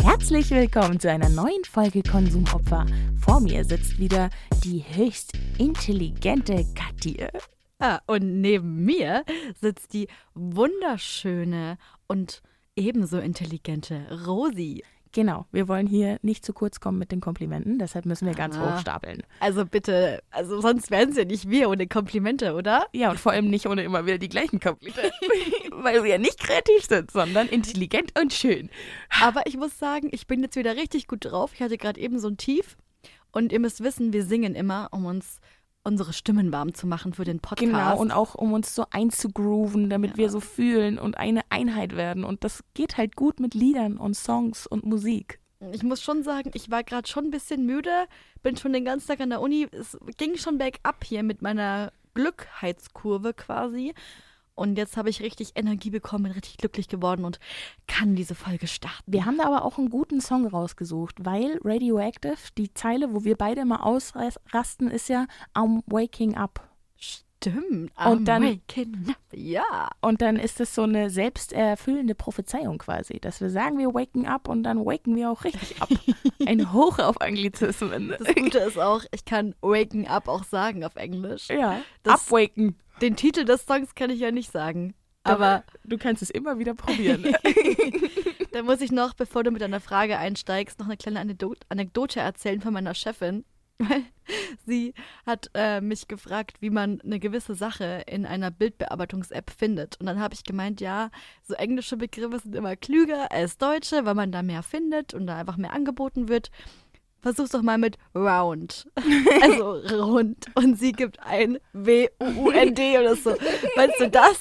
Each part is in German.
Herzlich willkommen zu einer neuen Folge Konsumopfer. Vor mir sitzt wieder die höchst intelligente Kathi. Und neben mir sitzt die wunderschöne und ebenso intelligente Rosi. Genau, wir wollen hier nicht zu kurz kommen mit den Komplimenten, deshalb müssen wir ganz hoch stapeln. Also bitte, sonst wären es ja nicht wir ohne Komplimente, oder? Ja, und vor allem nicht ohne immer wieder die gleichen Komplimente. Weil wir ja nicht kreativ sind, sondern intelligent und schön. Aber ich muss sagen, ich bin jetzt wieder richtig gut drauf. Ich hatte gerade eben so ein Tief. Und ihr müsst wissen, wir singen immer, um uns unsere Stimmen warm zu machen für den Podcast. Genau, und auch um uns so einzugrooven, damit wir so fühlen und eine Einheit werden. Und das geht halt gut mit Liedern und Songs und Musik. Ich muss schon sagen, ich war gerade schon ein bisschen müde, bin schon den ganzen Tag an der Uni. Es ging schon bergab hier mit meiner Glückheitskurve quasi. Und jetzt habe ich richtig Energie bekommen, bin richtig glücklich geworden und kann diese Folge starten. Wir haben da aber auch einen guten Song rausgesucht, weil Radioactive, die Zeile, wo wir beide mal ausrasten, ist ja I'm Waking Up. Stimmt, und dann, waking up, ja. Und dann ist es so eine selbsterfüllende Prophezeiung quasi, dass wir sagen, wir waken up und dann waken wir auch richtig ab. Ein Hoch auf Anglizismen. Das Gute ist auch, ich kann waken up auch sagen auf Englisch. Ja, upwaken. Den Titel des Songs kann ich ja nicht sagen. Aber du kannst es immer wieder probieren. Da muss ich noch, bevor du mit deiner Frage einsteigst, noch eine kleine Anekdote erzählen von meiner Chefin. Weil sie hat mich gefragt, wie man eine gewisse Sache in einer Bildbearbeitungs-App findet. Und dann habe ich gemeint, ja, so englische Begriffe sind immer klüger als deutsche, weil man da mehr findet und da einfach mehr angeboten wird. Versuch's doch mal mit round. Also rund. Und sie gibt ein W-U-U-N-D oder so. Meinst du das?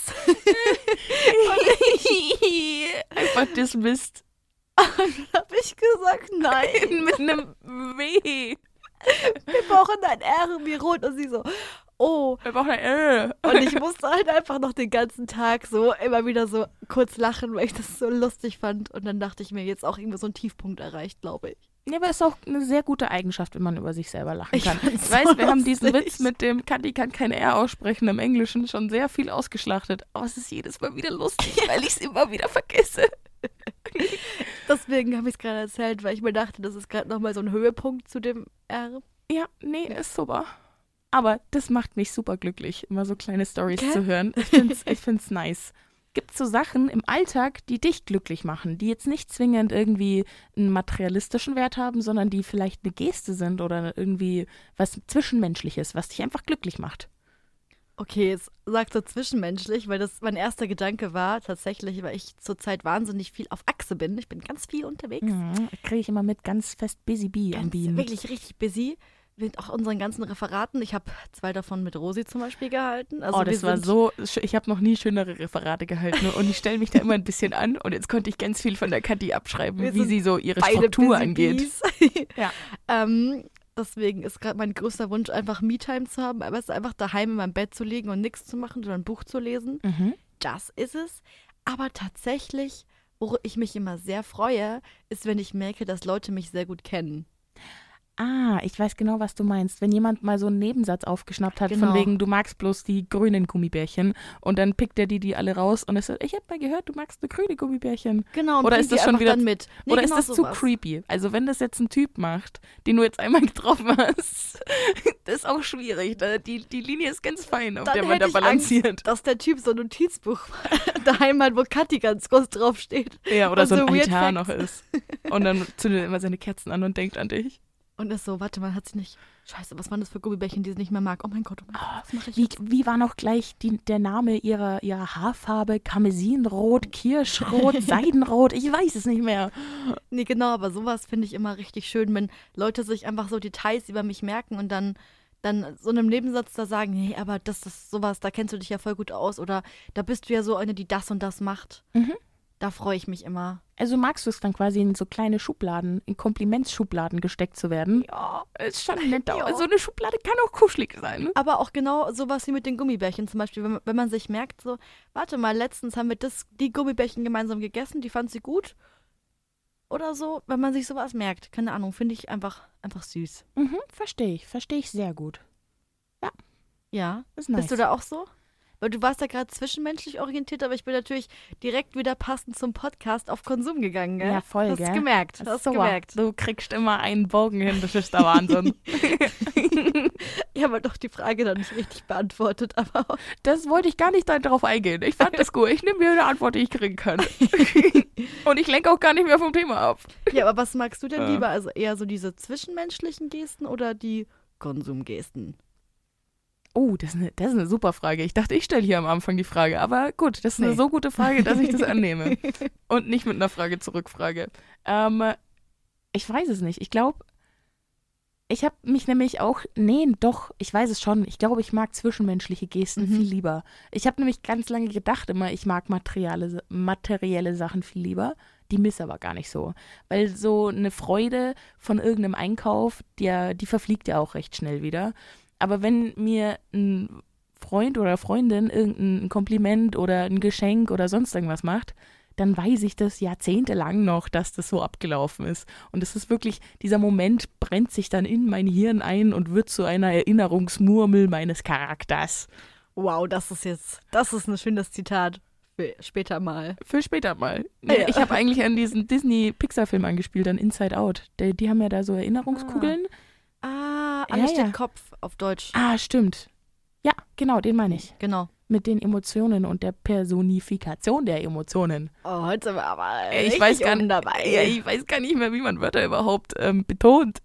Einfach dismissed. Und dann habe ich gesagt, nein. Mit einem W. Wir brauchen ein R wie rot. Und sie so, oh. Wir brauchen ein R. Und ich musste halt einfach noch den ganzen Tag so immer wieder so kurz lachen, weil ich das so lustig fand. Und dann dachte ich mir, jetzt auch irgendwie so einen Tiefpunkt erreicht, glaube ich. Ja, aber es ist auch eine sehr gute Eigenschaft, wenn man über sich selber lachen kann. Ich so weiß, wir haben diesen lustig. Witz mit dem Kathi kann kein R aussprechen im Englischen schon sehr viel ausgeschlachtet. Aber es ist jedes Mal wieder lustig, weil ich es immer wieder vergesse. Deswegen habe ich es gerade erzählt, weil ich mir dachte, das ist gerade nochmal so ein Höhepunkt zu dem R. Ja, nee, ist super. Aber das macht mich super glücklich, immer so kleine Storys zu hören. Ich find's nice. Gibt es so Sachen im Alltag, die dich glücklich machen, die jetzt nicht zwingend irgendwie einen materialistischen Wert haben, sondern die vielleicht eine Geste sind oder irgendwie was Zwischenmenschliches, was dich einfach glücklich macht? Okay, jetzt sagst du zwischenmenschlich, weil das mein erster Gedanke war, tatsächlich, weil ich zurzeit wahnsinnig viel auf Achse bin. Ich bin ganz viel unterwegs. Kriege ich immer mit, ganz fest busy bee am Bienen. Wirklich richtig busy. Mit auch unseren ganzen Referaten. Ich habe 2 davon mit Rosi zum Beispiel gehalten. Also das war so, ich habe noch nie schönere Referate gehalten und ich stelle mich da immer ein bisschen an und jetzt konnte ich ganz viel von der Kathi abschreiben, wie sie so ihre Struktur angeht. Ja. Deswegen ist gerade mein größter Wunsch, einfach Me-Time zu haben, aber es ist einfach daheim in meinem Bett zu liegen und nichts zu machen, sondern ein Buch zu lesen. Das ist es. Aber tatsächlich, wo ich mich immer sehr freue, ist, wenn ich merke, dass Leute mich sehr gut kennen. Ich weiß genau, was du meinst. Wenn jemand mal so einen Nebensatz aufgeschnappt hat, von wegen, du magst bloß die grünen Gummibärchen und dann pickt er die alle raus und es sagt, ich habe mal gehört, du magst eine grüne Gummibärchen. Genau, und oder ist das schon wieder dann mit. Nee, oder genau ist das sowas. zu creepy? Also wenn das jetzt ein Typ macht, den du jetzt einmal getroffen hast, das ist auch schwierig. Die Linie ist ganz fein, auf dann der man da balanciert. Angst, dass der Typ so ein Notizbuch daheim hat, wo Kathi ganz groß draufsteht. Ja, oder so ein Altar Facts noch ist. Und dann zündet er immer seine Kerzen an und denkt an dich. Und ist so, warte mal, hat sie nicht. Scheiße, was waren das für Gummibärchen, die sie nicht mehr mag? Oh mein Gott, was mache ich jetzt? Wie war noch gleich der Name ihrer Haarfarbe? Karmesinrot, Kirschrot, Seidenrot? Ich weiß es nicht mehr. Nee, genau, aber sowas finde ich immer richtig schön, wenn Leute sich einfach so Details über mich merken und dann so in einem Nebensatz da sagen, nee, aber das ist sowas, da kennst du dich ja voll gut aus oder da bist du ja so eine, die das und das macht. Da freue ich mich immer. Also magst du es dann quasi in so kleine Schubladen, in Komplimentsschubladen gesteckt zu werden? Ja. Ist schon nett. Ja. So eine Schublade kann auch kuschelig sein. Aber auch genau sowas wie mit den Gummibärchen zum Beispiel, wenn man sich merkt, so, warte mal, letztens haben wir die Gummibärchen gemeinsam gegessen, die fand sie gut. Oder so, wenn man sich sowas merkt. Keine Ahnung, finde ich einfach süß. Verstehe ich sehr gut. Ja. Ja, ist nice. Bist du da auch so? Weil du warst ja gerade zwischenmenschlich orientiert, aber ich bin natürlich direkt wieder passend zum Podcast auf Konsum gegangen, gell? Ja, voll, Hast gell? du gemerkt, hast du gemerkt. Du kriegst immer einen Bogen hin, das ist der Wahnsinn. Ich habe doch die Frage dann nicht richtig beantwortet, aber Das wollte ich gar nicht darauf eingehen. Ich fand das gut. Ich nehme mir eine Antwort, die ich kriegen kann. Und ich lenke auch gar nicht mehr vom Thema ab. ja, aber was magst du denn Ja. lieber? Also eher so diese zwischenmenschlichen Gesten oder die Konsumgesten? Oh, das ist eine super Frage. Ich dachte, ich stelle hier am Anfang die Frage. Aber gut, das ist eine Nee. so gute Frage, dass ich das annehme. Und nicht mit einer Frage zurückfrage. Ich weiß es nicht. Ich glaube, ich habe mich nämlich auch, ich weiß es schon. Ich glaube, ich mag zwischenmenschliche Gesten viel lieber. Ich habe nämlich ganz lange gedacht immer, ich mag materielle Sachen viel lieber. Die miss aber gar nicht so. Weil so eine Freude von irgendeinem Einkauf, die verfliegt ja auch recht schnell wieder. Aber wenn mir ein Freund oder Freundin irgendein Kompliment oder ein Geschenk oder sonst irgendwas macht, dann weiß ich das jahrzehntelang noch, dass das so abgelaufen ist. Und es ist wirklich, dieser Moment brennt sich dann in mein Hirn ein und wird zu einer Erinnerungsmurmel meines Charakters. Wow, das ist ein schönes Zitat für später mal. Für später mal. Nee, Ja. Ich habe eigentlich an diesen Disney-Pixar-Film angespielt, an Inside Out. Die haben ja da so Erinnerungskugeln. Alles ja. steht Kopf auf Deutsch. Ah, stimmt. Ja, genau, den meine ich. Genau. Mit den Emotionen und der Personifikation der Emotionen. Oh, heute sind wir aber Ich richtig weiß gar oben nicht, dabei. Ja, ich weiß gar nicht mehr, wie man Wörter überhaupt betont.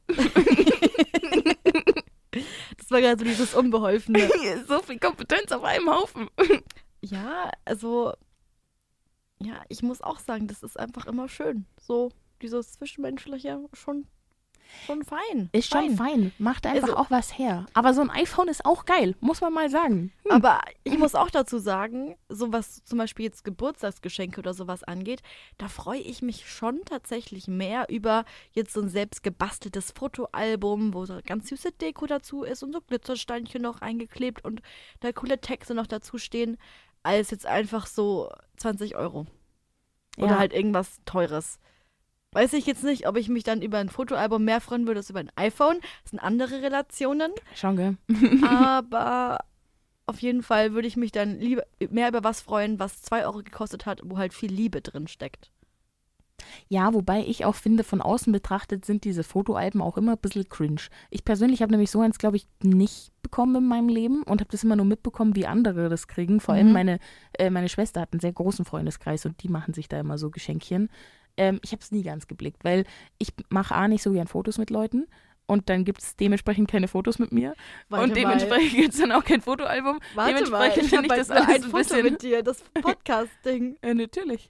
Das war gerade so dieses Unbeholfene. So viel Kompetenz auf einem Haufen. Ja, also, ja, ich muss auch sagen, das ist einfach immer schön. So, dieses Zwischenmenschliche schon fein. Ist schon fein. Macht einfach Also- auch was her. Aber so ein iPhone ist auch geil, muss man mal sagen. Aber ich muss auch dazu sagen, so was zum Beispiel jetzt Geburtstagsgeschenke oder sowas angeht, da freue ich mich schon tatsächlich mehr über jetzt so ein selbst gebasteltes Fotoalbum, wo so ganz süße Deko dazu ist und so Glitzersteinchen noch eingeklebt und da coole Texte noch dazu stehen, als jetzt einfach so 20 €. Oder Ja. halt irgendwas Teures. Weiß ich jetzt nicht, ob ich mich dann über ein Fotoalbum mehr freuen würde als über ein iPhone. Das sind andere Relationen. Schon, gell? Aber auf jeden Fall würde ich mich dann lieber mehr über was freuen, was 2 € gekostet hat, wo halt viel Liebe drin steckt. Ja, wobei ich auch finde, von außen betrachtet sind diese Fotoalben auch immer ein bisschen cringe. Ich persönlich habe nämlich so eins, glaube ich, nicht bekommen in meinem Leben und habe das immer nur mitbekommen, wie andere das kriegen. Vor allem meine Schwester hat einen sehr großen Freundeskreis und die machen sich da immer so Geschenkchen. Ich habe es nie ganz geblickt, weil ich mache nicht so gern Fotos mit Leuten und dann gibt es dementsprechend keine Fotos mit mir. Und dementsprechend gibt es dann auch kein Fotoalbum. Warte mal, Dementsprechend ich finde habe ich das nur ein alles ein Foto bisschen... mit dir, das Podcast-Ding. Natürlich.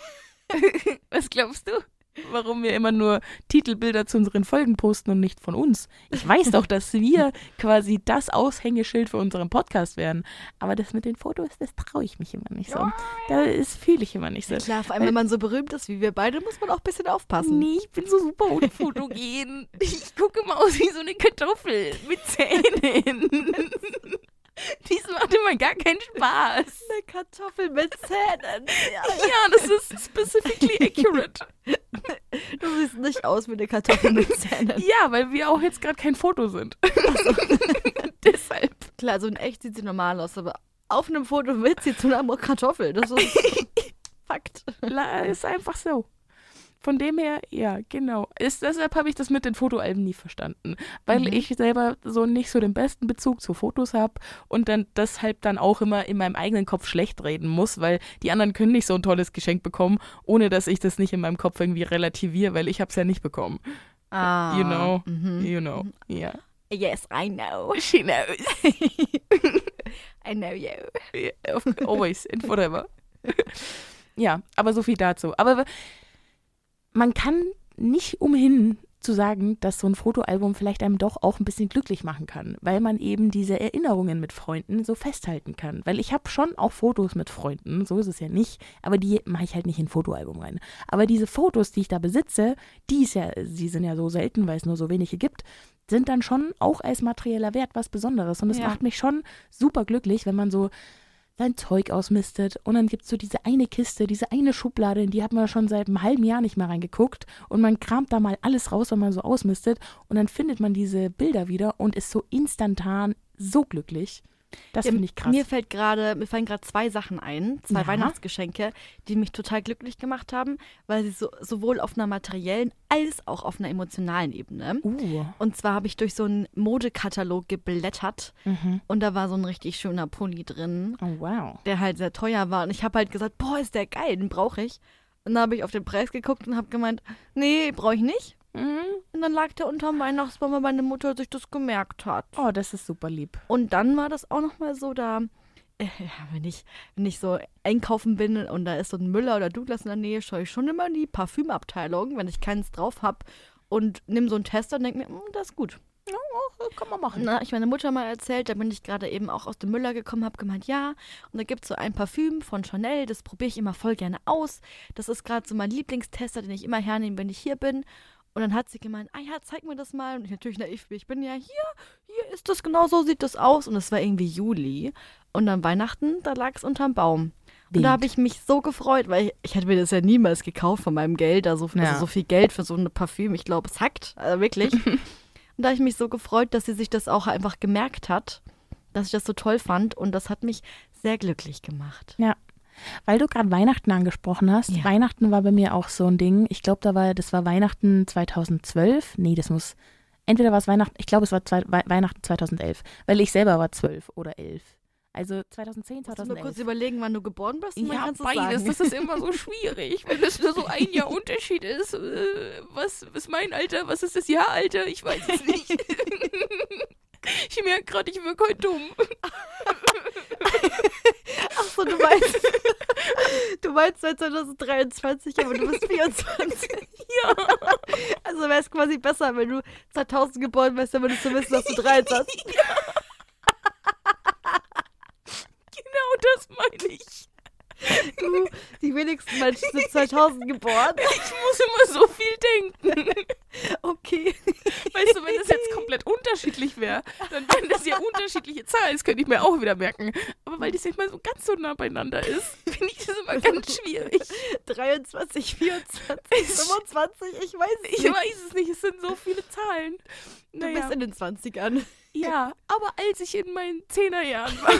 Was glaubst du? Warum wir immer nur Titelbilder zu unseren Folgen posten und nicht von uns? Ich weiß doch, dass wir quasi das Aushängeschild für unseren Podcast wären. Aber das mit den Fotos, das traue ich mich immer nicht so. Das fühle ich immer nicht so. Klar, vor allem, wenn man so berühmt ist wie wir beide, muss man auch ein bisschen aufpassen. Nee, ich bin so super unfotogen. Ich gucke immer aus wie so eine Kartoffel mit Zähnen. Dies macht immer gar keinen Spaß. Eine Kartoffel mit Zähnen. Ja. Ja, das ist specifically accurate. Du siehst nicht aus wie eine Kartoffel mit Zähnen. Ja, weil wir auch jetzt gerade kein Foto sind. Deshalb. Klar, so in echt sieht sie normal aus, aber auf einem Foto wird sie zu einer Kartoffel. Das ist Fakt. Ist einfach so. Von dem her, ja, genau. Deshalb habe ich das mit den Fotoalben nie verstanden. Weil ich selber so nicht so den besten Bezug zu Fotos habe und dann deshalb dann auch immer in meinem eigenen Kopf schlecht reden muss, weil die anderen können nicht so ein tolles Geschenk bekommen, ohne dass ich das nicht in meinem Kopf irgendwie relativiere, weil ich habe es ja nicht bekommen. Ah. You know, Mhm. you know, ja. Yes, I know. She knows. I know you. Yeah, always and forever. Ja, aber so viel dazu. Aber man kann nicht umhin zu sagen, dass so ein Fotoalbum vielleicht einem doch auch ein bisschen glücklich machen kann, weil man eben diese Erinnerungen mit Freunden so festhalten kann. Weil ich habe schon auch Fotos mit Freunden, so ist es ja nicht, aber die mache ich halt nicht in ein Fotoalbum rein. Aber diese Fotos, die ich da besitze, die sind ja so selten, weil es nur so wenige gibt, sind dann schon auch als materieller Wert was Besonderes. Und es Ja. macht mich schon super glücklich, wenn man so sein Zeug ausmistet und dann gibt es so diese eine Kiste, diese eine Schublade, in die hat man schon seit einem halben Jahr nicht mehr reingeguckt und man kramt da mal alles raus, wenn man so ausmistet und dann findet man diese Bilder wieder und ist so instantan so glücklich. Das finde ich krass. Mir fallen gerade 2 Sachen ein, 2 Ja. Weihnachtsgeschenke, die mich total glücklich gemacht haben, weil sie sowohl auf einer materiellen als auch auf einer emotionalen Ebene. Und zwar habe ich durch so einen Modekatalog geblättert und da war so ein richtig schöner Pulli drin, Oh, wow. der halt sehr teuer war. Und ich habe halt gesagt, boah, ist der geil, den brauche ich. Und dann habe ich auf den Preis geguckt und habe gemeint, nee, brauche ich nicht. Und dann lag der unterm Weihnachtsbaum, weil meine Mutter sich das gemerkt hat. Oh, das ist super lieb. Und dann war das auch nochmal so, wenn ich so einkaufen bin und da ist so ein Müller oder Douglas in der Nähe, schaue ich schon immer in die Parfümabteilung, wenn ich keins drauf habe und nehme so einen Tester und denke mir, das ist gut. Ja, kann man machen. Na, ich meine Mutter mal erzählt, da bin ich gerade eben auch aus dem Müller gekommen, habe gemeint, ja, und da gibt es so ein Parfüm von Chanel, das probiere ich immer voll gerne aus. Das ist gerade so mein Lieblingstester, den ich immer hernehme, wenn ich hier bin. Und dann hat sie gemeint, ja, zeig mir das mal. Und ich natürlich naiv, ich bin ja hier ist das, genau so sieht das aus. Und es war irgendwie Juli. Und an Weihnachten, da lag es unterm Baum. Und da habe ich mich so gefreut, weil ich hätte mir das ja niemals gekauft von meinem Geld. Also so viel Geld für so eine Parfüm, ich glaube, es hackt, also wirklich. Und da habe ich mich so gefreut, dass sie sich das auch einfach gemerkt hat, dass ich das so toll fand. Und das hat mich sehr glücklich gemacht. Ja. Weil du gerade Weihnachten angesprochen hast. Ja. Weihnachten war bei mir auch so ein Ding. Ich glaube, das war Weihnachten 2012. Nee, entweder war es Weihnachten, ich glaube, es war Weihnachten 2011. Weil ich selber war 12 oder 11. Also 2010, Musst du 2011. nur kurz überlegen, wann du geboren bist? Und dann Ja, kannst du beides. sagen. Das ist immer so schwierig, wenn es nur so ein Jahr Unterschied ist. Was ist mein Alter? Was ist das Jahralter? Ich weiß es nicht. Ich merke gerade, ich wirke heute dumm. Ach so, du meinst 2023, aber du bist 24. Ja. Also wäre es quasi besser, wenn du 2000 geboren wärst, wenn du zu wissen, dass du 23 bist. Genau das meine ich. Du, die wenigsten Menschen sind 2000 geboren. Ich muss immer so viel denken. Okay. Weißt du, wenn das jetzt komplett unterschiedlich wäre, dann wären das ja unterschiedliche Zahlen. Das könnte ich mir auch wieder merken. Aber weil das nicht mal so ganz so nah beieinander ist, finde ich das immer ganz schwierig. 23, 24, 25, ich weiß es nicht. Ich weiß es nicht, es sind so viele Zahlen. Du bist in den 20ern. Ja, aber als ich in meinen 10er-Jahren war,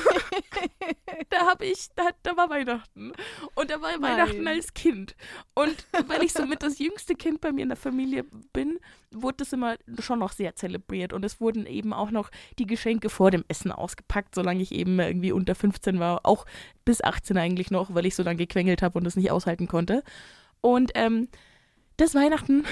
da war Weihnachten. Und da war Weihnachten als Kind. Und weil ich somit das jüngste Kind bei mir in der Familie bin, wurde das immer schon noch sehr zelebriert. Und es wurden eben auch noch die Geschenke vor dem Essen ausgepackt, solange ich eben irgendwie unter 15 war. Auch bis 18 eigentlich noch, weil ich so lange gequengelt habe und das nicht aushalten konnte. Und das Weihnachten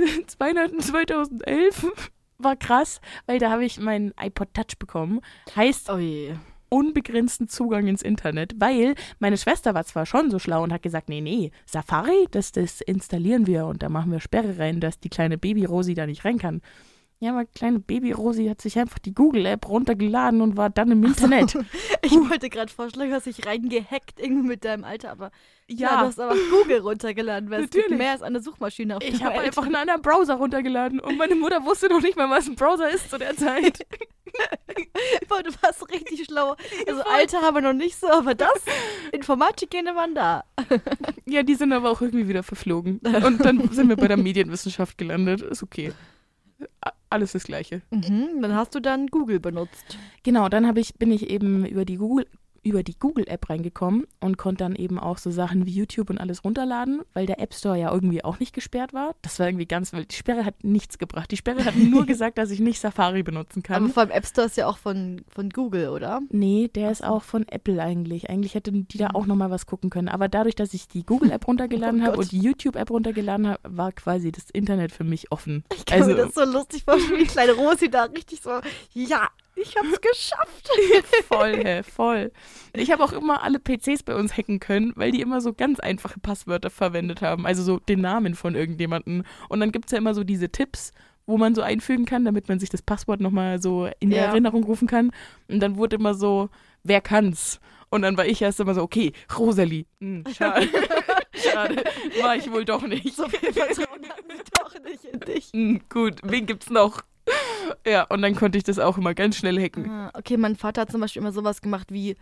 2011 war krass, weil da habe ich meinen iPod Touch bekommen. Heißt, Oh je. unbegrenzten Zugang ins Internet, weil meine Schwester war zwar schon so schlau und hat gesagt, nee, Safari, das installieren wir und da machen wir Sperre rein, dass die kleine Baby-Rosi da nicht rein kann. Ja, aber kleine Baby-Rosi hat sich einfach die Google-App runtergeladen und war dann im Internet. Ich wollte gerade vorschlagen, dass ich reingehackt irgendwie mit deinem Alter, aber ja, du hast aber Google runtergeladen, weil es gibt Natürlich. mehr als eine Suchmaschine auf der Ich habe Welt. einfach einen anderen Browser runtergeladen und meine Mutter wusste noch nicht mal, was ein Browser ist zu der Zeit. Boah, du warst richtig schlau. Also Alter haben wir noch nicht so, aber das, Informatikgene waren da. Ja, die sind aber auch irgendwie wieder verflogen. Und dann sind wir bei der Medienwissenschaft gelandet. Ist okay. Alles das Gleiche. Dann hast du dann Google benutzt. Genau, dann bin ich eben über die Google-App reingekommen und konnte dann eben auch so Sachen wie YouTube und alles runterladen, weil der App Store ja irgendwie auch nicht gesperrt war. Das war irgendwie ganz wild. Die Sperre hat nichts gebracht. Die Sperre hat nur gesagt, dass ich nicht Safari benutzen kann. Aber vor allem App Store ist ja auch von Google, oder? Nee, der ist auch von Apple eigentlich. Eigentlich hätten die da auch nochmal was gucken können. Aber dadurch, dass ich die Google-App runtergeladen habe und die YouTube-App runtergeladen habe, war quasi das Internet für mich offen. Ich kann mir das so lustig vorstellen, wie kleine Rosi da richtig so, ja, ich hab's geschafft. Voll. Ich habe auch immer alle PCs bei uns hacken können, weil die immer so ganz einfache Passwörter verwendet haben. Also so den Namen von irgendjemandem. Und dann gibt es ja immer so diese Tipps, wo man so einfügen kann, damit man sich das Passwort nochmal so in die Erinnerung rufen kann. Und dann wurde immer so, wer kann's? Und dann war ich erst immer so, okay, Rosalie. Schade. Schade. War ich wohl doch nicht. So viel Vertrauen hatten sie doch nicht in dich. Gut, wen gibt's noch? Ja, und dann konnte ich das auch immer ganz schnell hacken. Okay, mein Vater hat zum Beispiel immer sowas gemacht wie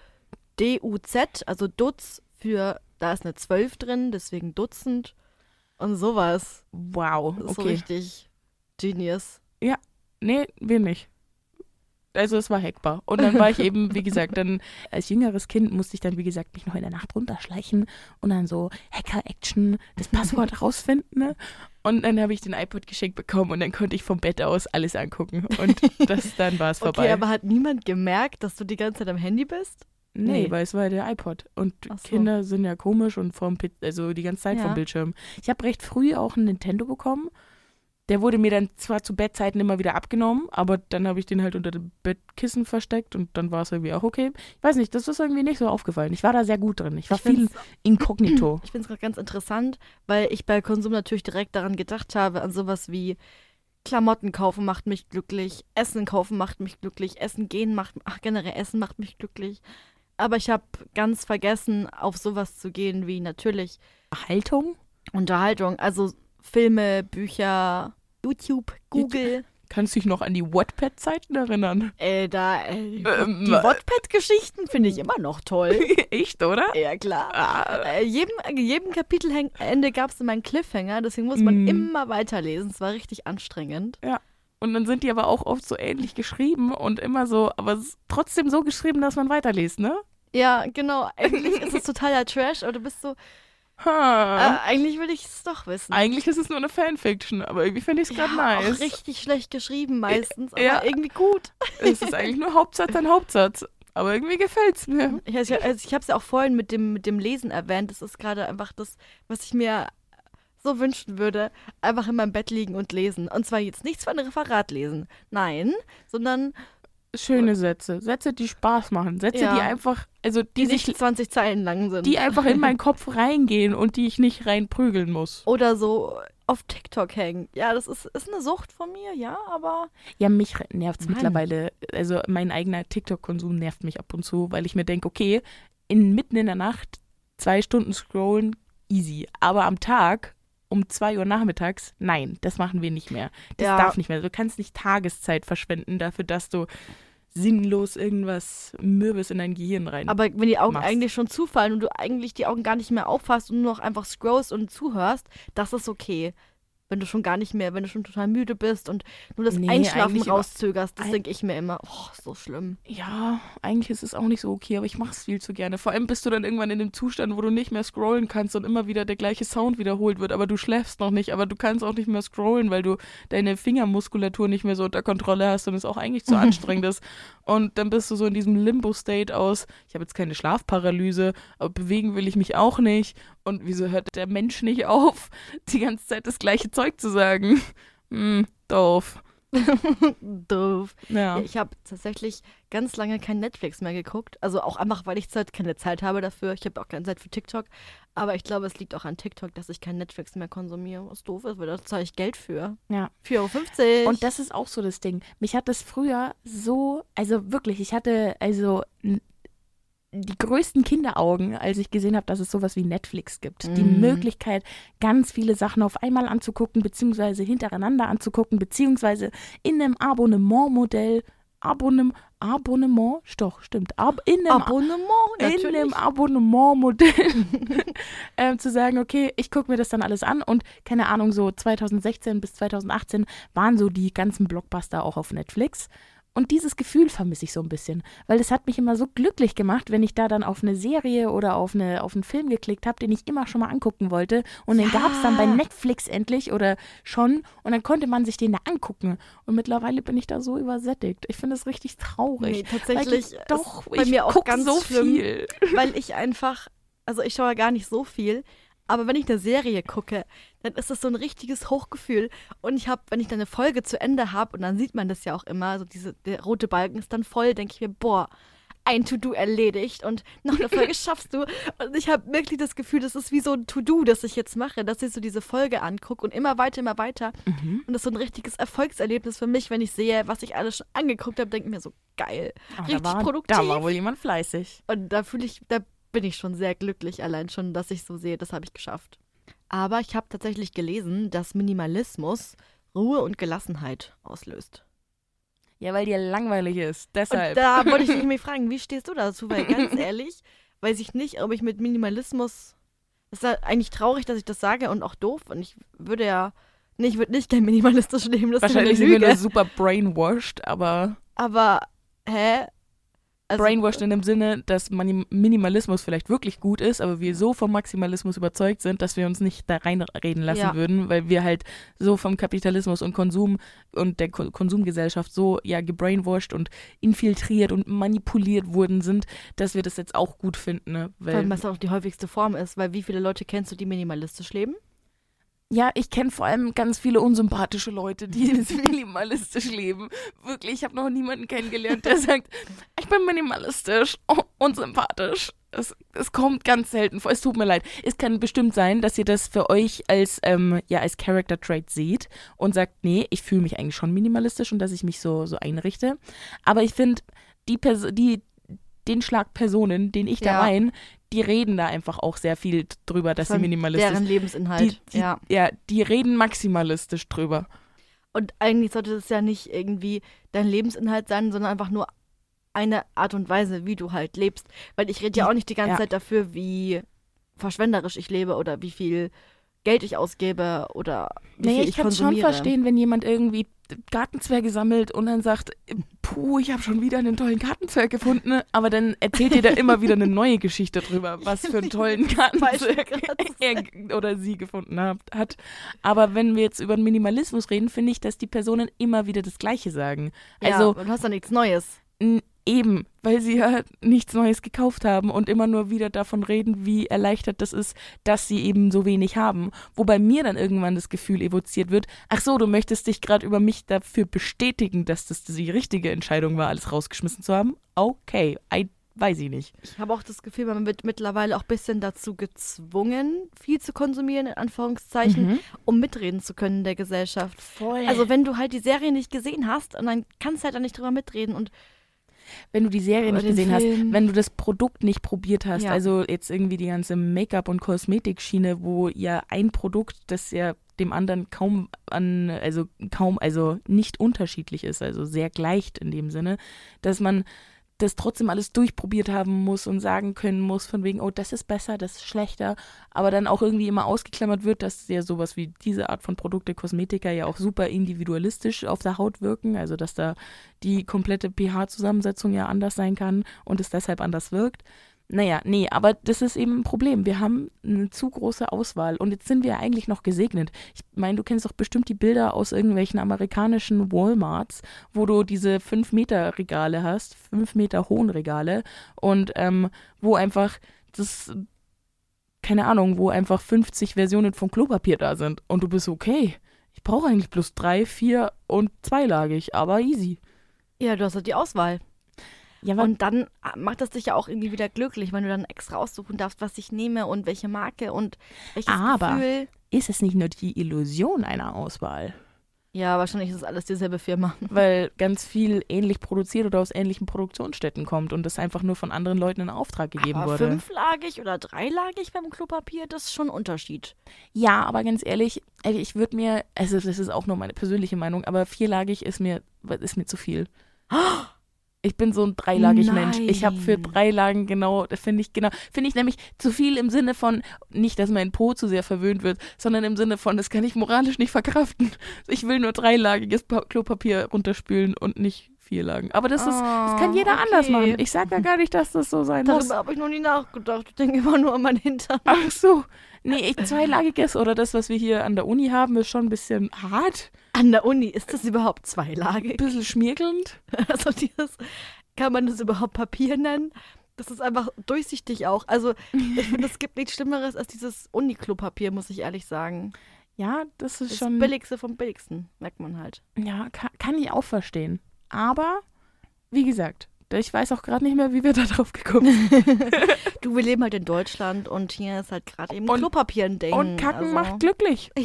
DUZ, also Dutz für, da ist eine 12 drin, deswegen Dutzend und sowas. Wow, Das ist so okay. richtig genius. Nee, wir nicht. Also es war hackbar. Und dann war ich eben, wie gesagt, dann als jüngeres Kind musste ich dann, wie gesagt, mich noch in der Nacht runterschleichen und dann so Hacker-Action, das Passwort rausfinden. Ne? Und dann habe ich den iPod geschenkt bekommen und dann konnte ich vom Bett aus alles angucken. Und dann war es vorbei. Okay, aber hat niemand gemerkt, dass du die ganze Zeit am Handy bist? Nee, weil es war der iPod. Und Ach so. Kinder sind ja komisch und also die ganze Zeit Ja. vom Bildschirm. Ich habe recht früh auch einen Nintendo bekommen. Der wurde mir dann zwar zu Bettzeiten immer wieder abgenommen, aber dann habe ich den halt unter dem Bettkissen versteckt und dann war es irgendwie auch okay. Ich weiß nicht, das ist irgendwie nicht so aufgefallen. Ich war da sehr gut drin. Ich war viel inkognito. Ich finde es gerade ganz interessant, weil ich bei Konsum natürlich direkt daran gedacht habe, an sowas wie Klamotten kaufen macht mich glücklich, Essen kaufen macht mich glücklich, Essen gehen generell Essen macht mich glücklich. Aber ich habe ganz vergessen, auf sowas zu gehen wie natürlich Haltung? Unterhaltung, also Filme, Bücher, YouTube, Google. Kannst du dich noch an die Wattpad-Zeiten erinnern? Die Wattpad-Geschichten finde ich immer noch toll. Echt, oder? Ja, klar. Jedem Kapitelende gab es immer einen Cliffhanger, deswegen muss man immer weiterlesen. Es war richtig anstrengend. Ja. Und dann sind die aber auch oft so ähnlich geschrieben und immer so, aber trotzdem so geschrieben, dass man weiterliest, ne? Ja, genau. Eigentlich ist es totaler Trash, aber du bist so, eigentlich will ich es doch wissen. Eigentlich ist es nur eine Fanfiction, aber irgendwie finde ich es gerade nice. Auch richtig schlecht geschrieben meistens, Ja. aber irgendwie gut. Es ist eigentlich nur Hauptsatz an Hauptsatz. Aber irgendwie gefällt es mir. Ich habe es ja auch vorhin mit dem Lesen erwähnt. Das ist gerade einfach das, was ich mir so wünschen würde. Einfach in meinem Bett liegen und lesen. Und zwar jetzt nichts für ein Referat lesen. Nein, sondern Schöne Sätze. Sätze, die Spaß machen. Sätze, Ja. die einfach, also die nicht 20 Zeilen lang sind. die einfach in meinen Kopf reingehen und die ich nicht reinprügeln muss. Oder so auf TikTok hängen. Ja, das ist eine Sucht von mir, ja, aber Ja, mich nervt es Mann. mittlerweile. Also mein eigener TikTok-Konsum nervt mich ab und zu, weil ich mir denke, okay, mitten in der Nacht 2 Stunden scrollen, easy. Aber am Tag um 2 Uhr nachmittags, nein, das machen wir nicht mehr. Das Ja. darf nicht mehr. Du kannst nicht Tageszeit verschwenden dafür, dass du sinnlos irgendwas Mürbes in dein Gehirn rein. Aber wenn die Augen machst. eigentlich schon zufallen und du eigentlich die Augen gar nicht mehr auffasst und nur noch einfach scrollst und zuhörst, das ist okay. Wenn du schon total müde bist und nur das Nee, Einschlafen eigentlich rauszögerst, das Eig- denke ich mir immer, so schlimm. Ja, eigentlich ist es auch nicht so okay, aber ich mache es viel zu gerne. Vor allem bist du dann irgendwann in dem Zustand, wo du nicht mehr scrollen kannst und immer wieder der gleiche Sound wiederholt wird, aber du schläfst noch nicht, aber du kannst auch nicht mehr scrollen, weil du deine Fingermuskulatur nicht mehr so unter Kontrolle hast und es auch eigentlich zu anstrengend ist. Und dann bist du so in diesem Limbo-State aus, ich habe jetzt keine Schlafparalyse, aber bewegen will ich mich auch nicht. Und wieso hört der Mensch nicht auf, die ganze Zeit das gleiche Zeug zu sagen? Doof. Doof. Ja. Ich habe tatsächlich ganz lange kein Netflix mehr geguckt. Also auch einfach, weil ich keine Zeit habe dafür. Ich habe auch keine Zeit für TikTok. Aber ich glaube, es liegt auch an TikTok, dass ich kein Netflix mehr konsumiere. Was doof ist, weil da zahle ich Geld für. Ja. 4,50 €. Und das ist auch so das Ding. Mich hat das früher so, also wirklich, ich hatte die größten Kinderaugen, als ich gesehen habe, dass es sowas wie Netflix gibt. Die Möglichkeit, ganz viele Sachen auf einmal anzugucken, beziehungsweise hintereinander anzugucken, beziehungsweise in einem Abonnementmodell, Abonnement, doch, stimmt, in einem Abonnementmodell zu sagen, okay, ich gucke mir das dann alles an und keine Ahnung, so 2016 bis 2018 waren so die ganzen Blockbuster auch auf Netflix. Und dieses Gefühl vermisse ich so ein bisschen, weil das hat mich immer so glücklich gemacht, wenn ich da dann auf eine Serie oder auf einen Film geklickt habe, den ich immer schon mal angucken wollte. Und den gab es dann bei Netflix endlich oder schon. Und dann konnte man sich den da angucken. Und mittlerweile bin ich da so übersättigt. Ich finde es richtig traurig. Nee, tatsächlich Weil doch, ist bei mir auch guck ganz so schlimm, viel. weil ich einfach, also ich schaue ja gar nicht so viel, aber wenn ich eine Serie gucke, dann ist das so ein richtiges Hochgefühl. Und wenn ich dann eine Folge zu Ende habe, und dann sieht man das ja auch immer, so der rote Balken ist dann voll, denke ich mir, boah, ein To-Do erledigt und noch eine Folge schaffst du. Und ich habe wirklich das Gefühl, das ist wie so ein To-Do, das ich jetzt mache, dass ich so diese Folge angucke und immer weiter, immer weiter. Und das ist so ein richtiges Erfolgserlebnis für mich, wenn ich sehe, was ich alles schon angeguckt habe, denke ich mir so, geil, richtig produktiv. Da war wohl jemand fleißig. Und da bin ich schon sehr glücklich, allein schon, dass ich so sehe, das habe ich geschafft. Aber ich habe tatsächlich gelesen, dass Minimalismus Ruhe und Gelassenheit auslöst. Ja, weil dir langweilig ist. Und Deshalb. da wollte ich mich fragen, wie stehst du dazu? Weil ganz ehrlich, weiß ich nicht, ob ich mit Minimalismus, das ist ja eigentlich traurig, dass ich das sage und auch doof. Und ich würde nicht gern minimalistisch leben. Das Wahrscheinlich ist sind eine wir nur Lüge. super brainwashed, aber Aber hä? Also, brainwashed in dem Sinne, dass Minimalismus vielleicht wirklich gut ist, aber wir so vom Maximalismus überzeugt sind, dass wir uns nicht da reinreden lassen würden, weil wir halt so vom Kapitalismus und Konsum und der Konsumgesellschaft so gebrainwashed und infiltriert und manipuliert worden sind, dass wir das jetzt auch gut finden. Ne? Weil das auch die häufigste Form ist, weil wie viele Leute kennst du, die minimalistisch leben? Ja, ich kenne vor allem ganz viele unsympathische Leute, die minimalistisch leben. Wirklich, ich habe noch niemanden kennengelernt, der sagt, ich bin minimalistisch, unsympathisch. Es kommt ganz selten vor. Es tut mir leid. Es kann bestimmt sein, dass ihr das für euch als Character Trait seht und sagt, nee, ich fühle mich eigentlich schon minimalistisch und dass ich mich so einrichte. Aber ich finde, den Schlag Personen, den ich da meine, die reden da einfach auch sehr viel drüber, dass sie minimalistisch sind. Deren Lebensinhalt, die reden maximalistisch drüber. Und eigentlich sollte das ja nicht irgendwie dein Lebensinhalt sein, sondern einfach nur eine Art und Weise, wie du halt lebst. Weil ich rede ja auch nicht die ganze Zeit dafür, wie verschwenderisch ich lebe oder wie viel Geld ich ausgebe oder wie viel ich konsumiere. Ich kann es schon verstehen, wenn jemand irgendwie Gartenzwerge sammelt und dann sagt, puh, ich habe schon wieder einen tollen Gartenzwerg gefunden, aber dann erzählt ihr da immer wieder eine neue Geschichte drüber, was für einen tollen Gartenzwerg er oder sie gefunden hat. Aber wenn wir jetzt über den Minimalismus reden, finde ich, dass die Personen immer wieder das Gleiche sagen. Also, du hast ja nichts Neues. Eben, weil sie ja nichts Neues gekauft haben und immer nur wieder davon reden, wie erleichtert das ist, dass sie eben so wenig haben. Wobei mir dann irgendwann das Gefühl evoziert wird, ach so, du möchtest dich gerade über mich dafür bestätigen, dass das die richtige Entscheidung war, alles rausgeschmissen zu haben? Okay, weiß ich nicht. Ich habe auch das Gefühl, man wird mittlerweile auch ein bisschen dazu gezwungen, viel zu konsumieren, in Anführungszeichen, um mitreden zu können in der Gesellschaft. Voll. Also wenn du halt die Serie nicht gesehen hast, und dann kannst du halt dann nicht drüber mitreden und wenn du die Serie nicht gesehen hast, wenn du das Produkt nicht probiert hast, also jetzt irgendwie die ganze Make-up- und Kosmetikschiene, wo ja ein Produkt, das ja dem anderen also nicht unterschiedlich ist, also sehr gleich in dem Sinne, dass man das trotzdem alles durchprobiert haben muss und sagen können muss, von wegen, oh, das ist besser, das ist schlechter, aber dann auch irgendwie immer ausgeklammert wird, dass ja sowas wie diese Art von Produkte, Kosmetika ja auch super individualistisch auf der Haut wirken, also dass da die komplette pH-Zusammensetzung ja anders sein kann und es deshalb anders wirkt. Naja, nee, aber das ist eben ein Problem. Wir haben eine zu große Auswahl und jetzt sind wir eigentlich noch gesegnet. Ich meine, du kennst doch bestimmt die Bilder aus irgendwelchen amerikanischen Walmarts, wo du diese 5-Meter-Regale hast, 5 Meter hohen Regale und wo einfach wo einfach 50 Versionen von Klopapier da sind und du bist okay. Ich brauche eigentlich bloß 3, 4 und zweilagig, aber easy. Ja, du hast halt die Auswahl. Ja, und dann macht das dich ja auch irgendwie wieder glücklich, wenn du dann extra aussuchen darfst, was ich nehme und welche Marke und welches Gefühl. Aber ist es nicht nur die Illusion einer Auswahl? Ja, wahrscheinlich ist es alles dieselbe Firma. Weil ganz viel ähnlich produziert oder aus ähnlichen Produktionsstätten kommt und das einfach nur von anderen Leuten in Auftrag gegeben wurde. 5-lagig oder 3-lagig beim Klopapier, das ist schon ein Unterschied. Ja, aber ganz ehrlich, ich würde mir, also das ist auch nur meine persönliche Meinung, aber 4-lagig ist mir zu viel. Ich bin so ein 3-lagig Mensch. Ich habe für 3 Lagen finde ich nämlich zu viel im Sinne von, nicht, dass mein Po zu sehr verwöhnt wird, sondern im Sinne von, das kann ich moralisch nicht verkraften. Ich will nur 3-lagiges Klopapier runterspülen und nicht 4 Lagen. Aber das kann jeder anders machen. Ich sage ja gar nicht, dass das so sein muss. Darüber habe ich noch nie nachgedacht. Ich denke immer nur an meinen Hintern. Ach so. Nee, 2-lagiges oder das, was wir hier an der Uni haben, ist schon ein bisschen hart. An der Uni, ist das überhaupt 2-lagig? Ein bisschen schmiergelnd. Also kann man das überhaupt Papier nennen? Das ist einfach durchsichtig auch. Also ich finde, es gibt nichts Schlimmeres als dieses Uni-Klopapier, muss ich ehrlich sagen. Ja, das ist das schon... Das Billigste vom Billigsten, merkt man halt. Ja, kann ich auch verstehen. Aber, wie gesagt, ich weiß auch gerade nicht mehr, wie wir da drauf gekommen sind. Du, wir leben halt in Deutschland und hier ist halt gerade eben Klopapier ein Ding. Und Kacken macht glücklich. Ja.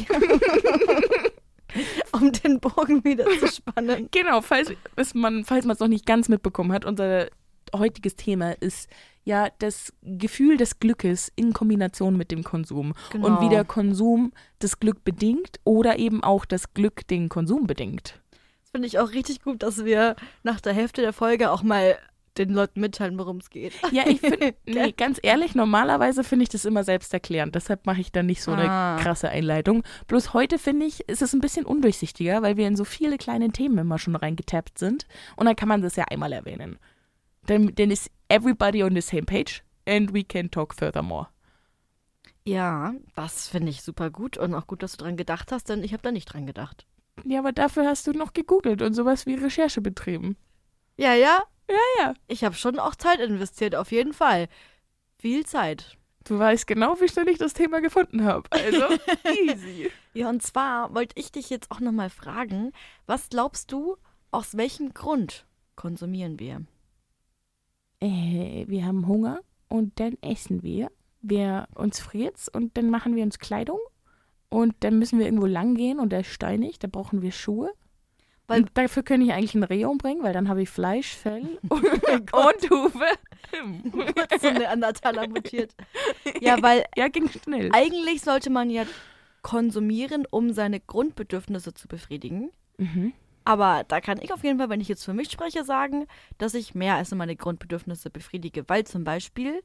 Um den Bogen wieder zu spannen. Genau, falls man es noch nicht ganz mitbekommen hat, unser heutiges Thema ist ja das Gefühl des Glückes in Kombination mit dem Konsum. Genau. Und wie der Konsum das Glück bedingt oder eben auch das Glück den Konsum bedingt. Das finde ich auch richtig gut, dass wir nach der Hälfte der Folge auch mal den Leuten mitteilen, worum es geht. Ja, ich finde, nee, ganz ehrlich, normalerweise finde ich das immer selbsterklärend. Deshalb mache ich da nicht so eine krasse Einleitung. Bloß heute finde ich, ist es ein bisschen undurchsichtiger, weil wir in so viele kleine Themen immer schon reingetappt sind. Und dann kann man das ja einmal erwähnen. Dann ist everybody on the same page and we can talk furthermore. Ja, das finde ich super gut und auch gut, dass du dran gedacht hast, denn ich habe da nicht dran gedacht. Ja, aber dafür hast du noch gegoogelt und sowas wie Recherche betrieben. Ja, ja? Ja. Ich habe schon auch Zeit investiert, auf jeden Fall. Viel Zeit. Du weißt genau, wie schnell ich das Thema gefunden habe. Also, easy. Ja, und zwar wollte ich dich jetzt auch nochmal fragen, was glaubst du, aus welchem Grund konsumieren wir? Wir haben Hunger und dann essen wir. Uns friert's und dann machen wir uns Kleidung. Und dann müssen wir irgendwo lang gehen und da ist steinig, da brauchen wir Schuhe. Und dafür kann ich eigentlich ein Reh umbringen, weil dann habe ich Fleisch, Fell und Hufe. So eine Neandertaler mutiert. Ja, weil ja, ging schnell. Eigentlich sollte man ja konsumieren, um seine Grundbedürfnisse zu befriedigen. Mhm. Aber da kann ich auf jeden Fall, wenn ich jetzt für mich spreche, sagen, dass ich mehr als nur meine Grundbedürfnisse befriedige. Weil zum Beispiel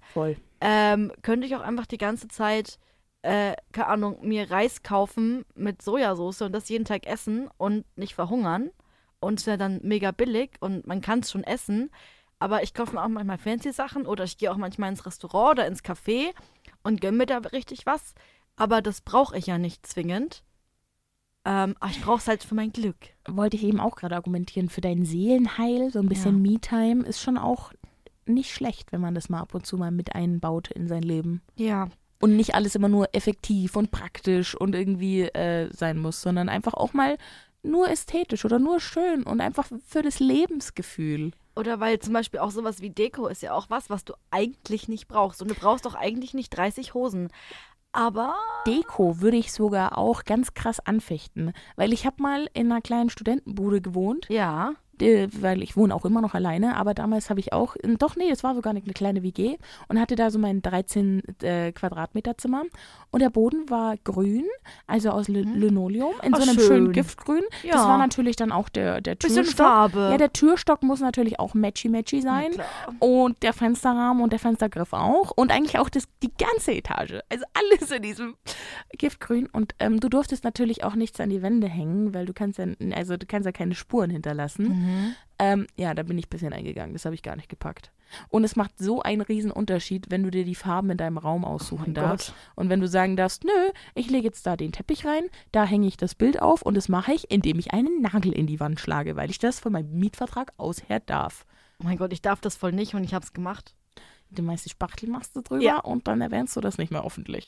könnte ich auch einfach die ganze Zeit keine Ahnung, mir Reis kaufen mit Sojasauce und das jeden Tag essen und nicht verhungern. Und es wäre dann mega billig und man kann es schon essen. Aber ich kaufe mir auch manchmal fancy Sachen oder ich gehe auch manchmal ins Restaurant oder ins Café und gönne mir da richtig was. Aber das brauche ich ja nicht zwingend. Aber ich brauche es halt für mein Glück. Wollte ich eben auch gerade argumentieren. Für dein Seelenheil, so ein bisschen Me-Time ist schon auch nicht schlecht, wenn man das mal ab und zu mal mit einbaut in sein Leben. Ja. Und nicht alles immer nur effektiv und praktisch und irgendwie sein muss, sondern einfach auch mal nur ästhetisch oder nur schön und einfach für das Lebensgefühl. Oder weil zum Beispiel auch sowas wie Deko ist ja auch was du eigentlich nicht brauchst. Und du brauchst doch eigentlich nicht 30 Hosen. Aber Deko würde ich sogar auch ganz krass anfechten, weil ich habe mal in einer kleinen Studentenbude gewohnt. Ja. Weil ich wohne auch immer noch alleine, aber damals habe ich auch, das war sogar eine kleine WG und hatte da so mein 13 Quadratmeter Zimmer und der Boden war grün, also aus Linoleum, in so einem schönen Giftgrün. Ja. Das war natürlich dann auch der Bisschen Türstock. Farbe. Ja, der Türstock muss natürlich auch matchy sein und der Fensterrahmen und der Fenstergriff auch und eigentlich auch die ganze Etage, also alles in diesem Giftgrün und du durftest natürlich auch nichts an die Wände hängen, weil du kannst ja keine Spuren hinterlassen. Ja, da bin ich ein bisschen eingegangen. Das habe ich gar nicht gepackt. Und es macht so einen riesen Unterschied, wenn du dir die Farben in deinem Raum aussuchen darfst. Gott. Und wenn du sagen darfst, nö, ich lege jetzt da den Teppich rein, da hänge ich das Bild auf und das mache ich, indem ich einen Nagel in die Wand schlage, weil ich das von meinem Mietvertrag aus her darf. Oh mein Gott, ich darf das voll nicht und ich habe es gemacht. Die meiste Spachtel machst du drüber und dann erwähnst du das nicht mehr öffentlich.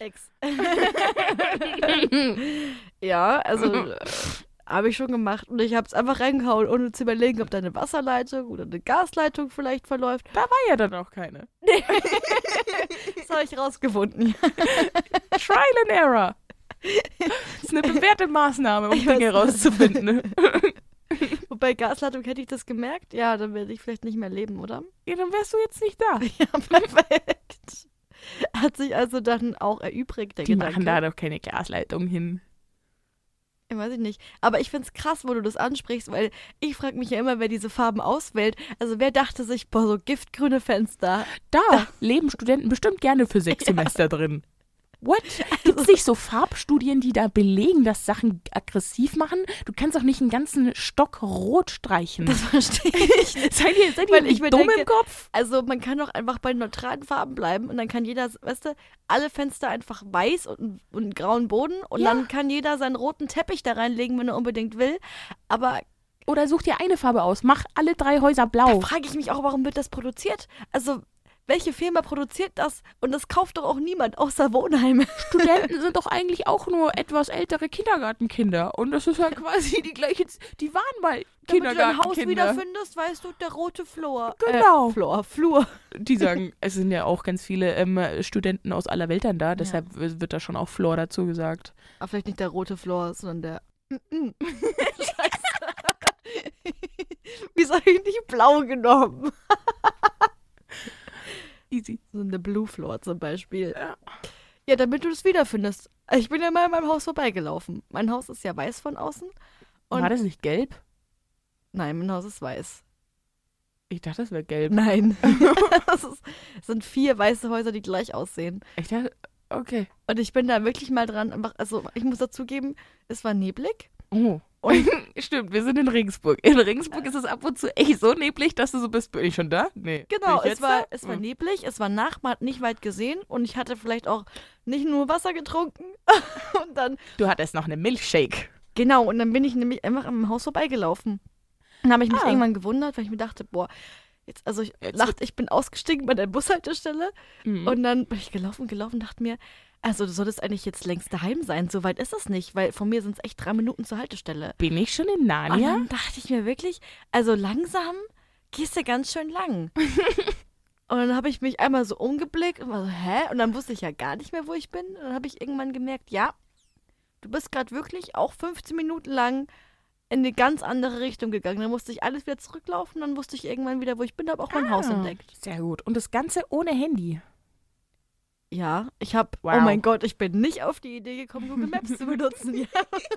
Ja, also habe ich schon gemacht und ich habe es einfach reingehauen, ohne zu überlegen, ob da eine Wasserleitung oder eine Gasleitung vielleicht verläuft. Da war ja dann auch keine. Nee. Das habe ich rausgefunden. Trial and Error. Das ist eine bewährte Maßnahme, um Dinge rauszufinden. Wobei Gasleitung hätte ich das gemerkt, ja, dann werde ich vielleicht nicht mehr leben, oder? Ja, dann wärst du jetzt nicht da. Ja, perfekt. Hat sich also dann auch erübrigt, der Gedanke. Die machen da doch keine Gasleitung hin. Ich weiß nicht. Aber ich finde es krass, wo du das ansprichst, weil ich frage mich ja immer, wer diese Farben auswählt. Also wer dachte sich, boah, so giftgrüne Fenster. Da leben Studenten bestimmt gerne für 6 Semester drin. What? Gibt es nicht so Farbstudien, die da belegen, dass Sachen aggressiv machen? Du kannst doch nicht einen ganzen Stock rot streichen. Das verstehe ich. Seid ihr nicht dumm im Kopf? Also man kann doch einfach bei neutralen Farben bleiben und dann kann jeder, weißt du, alle Fenster einfach weiß und einen grauen Boden und dann kann jeder seinen roten Teppich da reinlegen, wenn er unbedingt will. Aber oder such dir eine Farbe aus. Mach alle 3 Häuser blau. Da frage ich mich auch, warum wird das produziert? Also welche Firma produziert das? Und das kauft doch auch niemand, außer Wohnheime. Studenten sind doch eigentlich auch nur etwas ältere Kindergartenkinder. Und das ist ja quasi die gleiche, die waren mal Kindergartenkinder. Wenn du dein Haus wiederfindest, weißt du, der rote Flur. Genau. Flur. Die sagen, es sind ja auch ganz viele Studenten aus aller Welt dann da, deshalb wird da schon auch Flor dazu gesagt. Aber vielleicht nicht der rote Flor, sondern der Scheiße. Wieso habe ich nicht blau genommen? Easy. So eine Blue Floor zum Beispiel. Ja, damit du das wiederfindest. Ich bin ja mal an meinem Haus vorbeigelaufen. Mein Haus ist ja weiß von außen. Und war das nicht gelb? Nein, mein Haus ist weiß. Ich dachte, das wäre gelb. Nein. Es sind 4 weiße Häuser, die gleich aussehen. Ich dachte, okay. Und ich bin da wirklich mal dran. Also ich muss dazugeben, es war neblig. Oh. Und stimmt, wir sind in Regensburg. In Regensburg ist es ab und zu echt so neblig, dass du so bist, bin ich schon da? Nee. Genau, Bin ich es war neblig, es war Nacht, man hat nicht weit gesehen und ich hatte vielleicht auch nicht nur Wasser getrunken. Und dann, Du hattest noch eine Milchshake. genau, und dann bin ich nämlich einfach am Haus vorbeigelaufen. Dann habe ich mich Ah. irgendwann gewundert, weil ich mir dachte, boah, ich bin ausgestiegen bei der Bushaltestelle Mhm. und dann bin ich gelaufen, dachte mir, also du solltest eigentlich jetzt längst daheim sein, so weit ist es nicht, weil von mir sind es echt 3 Minuten zur Haltestelle. Bin ich schon in Und Narnia? dann dachte ich mir wirklich, also langsam gehst du ganz schön lang. Und dann habe ich mich einmal so umgeblickt und war so, hä? Und dann wusste ich ja gar nicht mehr, wo ich bin. Und dann habe ich irgendwann gemerkt, ja, du bist gerade wirklich auch 15 Minuten lang in eine ganz andere Richtung gegangen. Dann musste ich alles wieder zurücklaufen, dann wusste ich irgendwann wieder, wo ich bin, habe auch mein Haus entdeckt. Sehr gut. Und das Ganze ohne Handy. Ja, ich habe, Wow. oh mein Gott, ich bin nicht auf die Idee gekommen, Google Maps zu benutzen. Ja.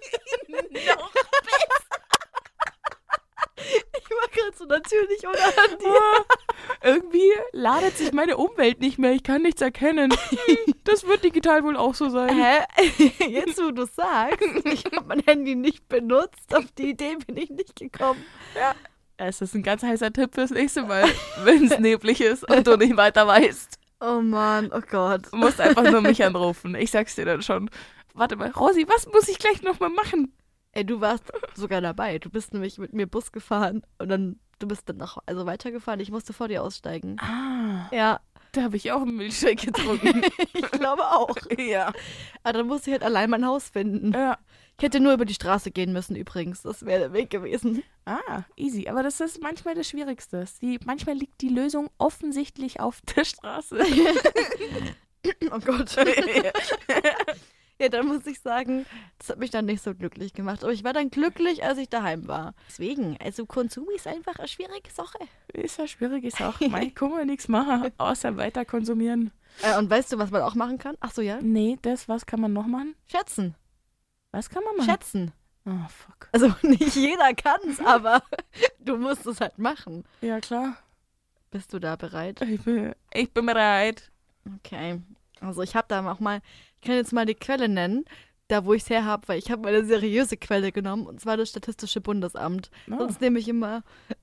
Ich war gerade so natürlich ohne Handy. Irgendwie ladet sich meine Umwelt nicht mehr. Ich kann nichts erkennen. Das wird digital wohl auch so sein. Hä? Jetzt, wo du sagst, ich habe mein Handy nicht benutzt, auf die Idee bin ich nicht gekommen. Es ist ein ganz heißer Tipp fürs nächste Mal, wenn es neblig ist und du nicht weiter weißt. Oh Mann, oh Gott. Du musst einfach nur mich anrufen. Ich sag's dir dann schon. Warte mal, Rosi, was muss ich gleich nochmal machen? Ey, du warst sogar dabei. Du bist nämlich mit mir Bus gefahren und dann, du bist dann noch, also weitergefahren. Ich musste vor dir aussteigen. Ah, Ja, da habe ich auch einen Milchshake getrunken. ich glaube auch. Ja. Aber dann musste ich halt allein mein Haus finden. Ja. Ich hätte nur über die Straße gehen müssen übrigens. Das wäre der Weg gewesen. Ah, easy. Aber das ist manchmal das Schwierigste. Manchmal liegt die Lösung offensichtlich auf der Straße. Oh Gott. Ja, dann muss ich sagen, das hat mich dann nicht so glücklich gemacht. Aber ich war dann glücklich, als ich daheim war. Deswegen, also Konsum ist einfach eine schwierige Sache. Ist ja schwierige Sache. Mei, kann man nichts machen, außer weiter konsumieren. Und weißt du, was man auch machen kann? Ach so, ja? Nee, was kann man noch machen? Schätzen. Was kann man machen? Schätzen. Oh, fuck. Also nicht jeder kann es, aber du musst es halt machen. Ja, klar. Bist du da bereit? Ich bin bereit. Okay. Also ich habe da auch mal, ich kann jetzt mal die Quelle nennen, da wo ich es her habe, weil ich habe mal eine seriöse Quelle genommen, und zwar das Statistische Bundesamt. Oh. Sonst nehme ich immer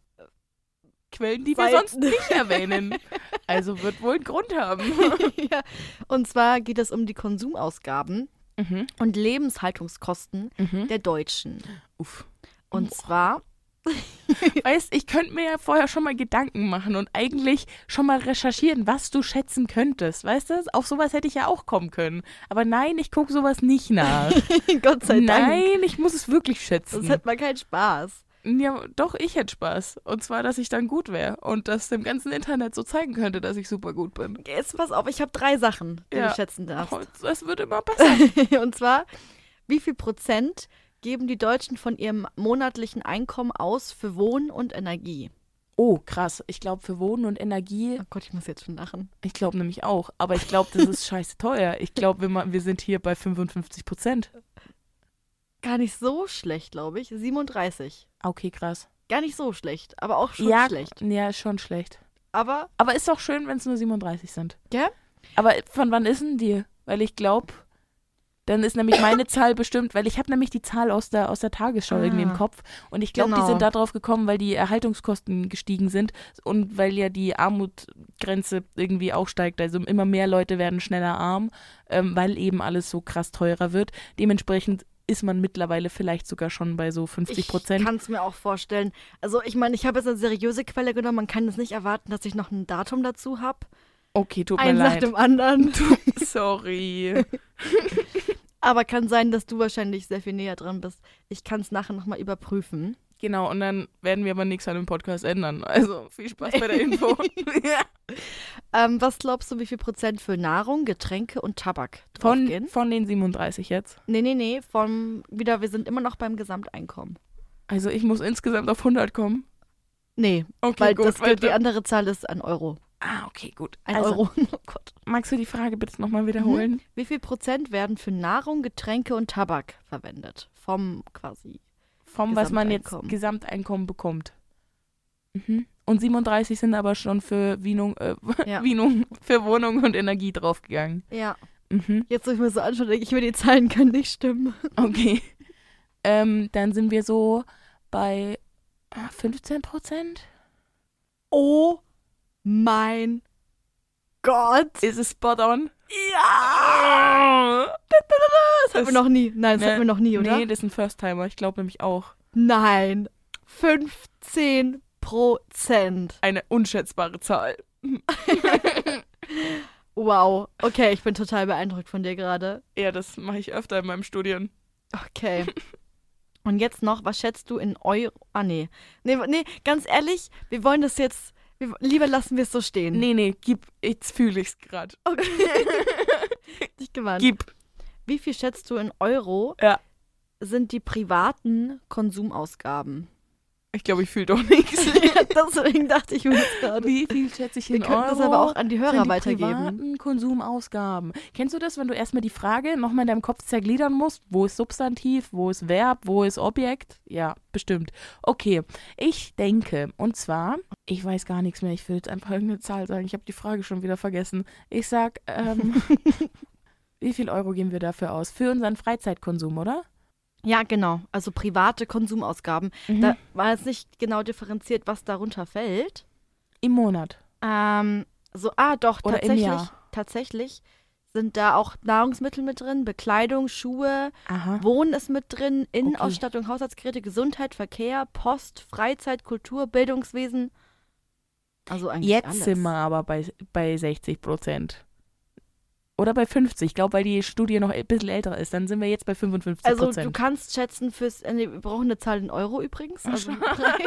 Quellen, die wir Seiten. sonst nicht erwähnen. Also wird wohl einen Grund haben. ja. Und zwar geht es um die Konsumausgaben Mhm. und Lebenshaltungskosten Mhm. der Deutschen. Uff. Und zwar, Weißt, ich könnte mir ja vorher schon mal Gedanken machen und eigentlich schon mal recherchieren, was du schätzen könntest. Weißt du, auf sowas hätte ich ja auch kommen können. Aber nein, ich gucke sowas nicht nach. Gott sei Dank, Nein, ich muss es wirklich schätzen. sonst hat man keinen Spaß. Ja, doch, ich hätte Spaß. Und zwar, dass ich dann gut wäre und das dem ganzen Internet so zeigen könnte, dass ich super gut bin. Jetzt pass auf, ich habe 3 Sachen, die Ja. du schätzen darfst. Und es wird immer besser. Und zwar, wie viel Prozent geben die Deutschen von ihrem monatlichen Einkommen aus für Wohnen und Energie? Oh, krass. Ich glaube, für Wohnen und Energie, Oh Gott, ich muss jetzt schon lachen. ich glaube nämlich auch. Aber ich glaube, das ist scheiße teuer. Ich glaube, wir sind hier bei 55%. Gar nicht so schlecht, glaube ich. 37. Okay, krass. Gar nicht so schlecht, aber auch schon Ja, schlecht. ja, ist schon schlecht. Aber, Aber ist doch schön, wenn es nur 37 sind. ja? Aber von wann ist denn die? Weil ich glaube, dann ist nämlich meine Zahl bestimmt, weil ich habe nämlich die Zahl aus der Tagesschau irgendwie im Ah. Kopf. Und ich glaube, die Genau. sind da drauf gekommen, weil die Erhaltungskosten gestiegen sind und weil ja die Armutsgrenze irgendwie auch steigt. Also immer mehr Leute werden schneller arm, weil eben alles so krass teurer wird. Dementsprechend ist man mittlerweile vielleicht sogar schon bei so 50%. Ich kann es mir auch vorstellen. Also ich meine, ich habe jetzt eine seriöse Quelle genommen. Man kann es nicht erwarten, dass ich noch ein Datum dazu habe. Okay, tut mir Eins nach leid. dem anderen. Sorry. Aber kann sein, dass du wahrscheinlich sehr viel näher dran bist. Ich kann es nachher nochmal überprüfen. Genau, und dann werden wir aber nichts an dem Podcast ändern. Also viel Spaß bei der Info. Was glaubst du, wie viel Prozent für Nahrung, Getränke und Tabak draufgehen? Von den 37 jetzt. Nee, wir sind immer noch beim Gesamteinkommen. Also ich muss insgesamt auf 100 kommen. Nee, Okay, weil gut. die andere Zahl ist 1 Euro. Ah, okay, gut. 1 Also, Euro. Oh Gott. magst du die Frage bitte nochmal wiederholen? Wie viel Prozent werden für Nahrung, Getränke und Tabak verwendet? Vom quasi. Vom, was man jetzt Gesamteinkommen. Gesamteinkommen bekommt. Mhm. Und 37 sind aber schon für Ja. für Wohnung und Energie draufgegangen. Ja. Mhm. Jetzt, wo ich mir so anschaue, denke ich mir, die Zahlen können nicht stimmen. Okay. Dann sind wir so bei 15%. Oh mein Gott. Ist es spot on? Ja! Das hatten wir noch nie. Nein, das hatten wir noch nie, oder? Nee, das ist ein First-Timer. Ich glaube nämlich auch. Nein. 15%. Eine unschätzbare Zahl. Wow. Okay, ich bin total beeindruckt von dir gerade. Ja, das mache ich öfter in meinem Studium. Okay. Und jetzt noch, was schätzt du in Euro? Ah, nee. Nee, ganz ehrlich, wir wollen das jetzt, lieber lassen wir es so stehen. Nee, gib, jetzt fühle ich es gerade. Okay. Nicht gemeint. Gib. Wie viel schätzt du in Euro sind die privaten Konsumausgaben? Ich glaube, ich fühle doch nichts. Deswegen dachte ich mir jetzt gerade. Wie viel schätze ich Wir in können Euro? das aber auch an die Hörer sind die weitergeben. Privaten Konsumausgaben. Kennst du das, wenn du erstmal die Frage nochmal in deinem Kopf zergliedern musst? Wo ist Substantiv, wo ist Verb, wo ist Objekt? Ja, bestimmt. Okay, ich denke, und zwar, ich weiß gar nichts mehr, ich will jetzt einfach irgendeine Zahl sagen. Ich habe die Frage schon wieder vergessen. Ich sag, wie viel Euro geben wir dafür aus? Für unseren Freizeitkonsum, oder? Ja, genau. Also private Konsumausgaben. Mhm. Da war jetzt nicht genau differenziert, was darunter fällt. Im Monat. Doch, Oder im Jahr. tatsächlich sind da auch Nahrungsmittel mit drin, Bekleidung, Schuhe, Aha. Wohnen ist mit drin, Innenausstattung, Haushaltsgeräte, Gesundheit, Verkehr, Post, Freizeit, Kultur, Bildungswesen. Also eigentlich Jetzt alles. sind wir aber bei 60%. Oder bei 50. Ich glaube, weil die Studie noch ein bisschen älter ist. Dann sind wir jetzt bei 55%. Also du kannst schätzen wir brauchen eine Zahl in Euro übrigens. Also einen Preis.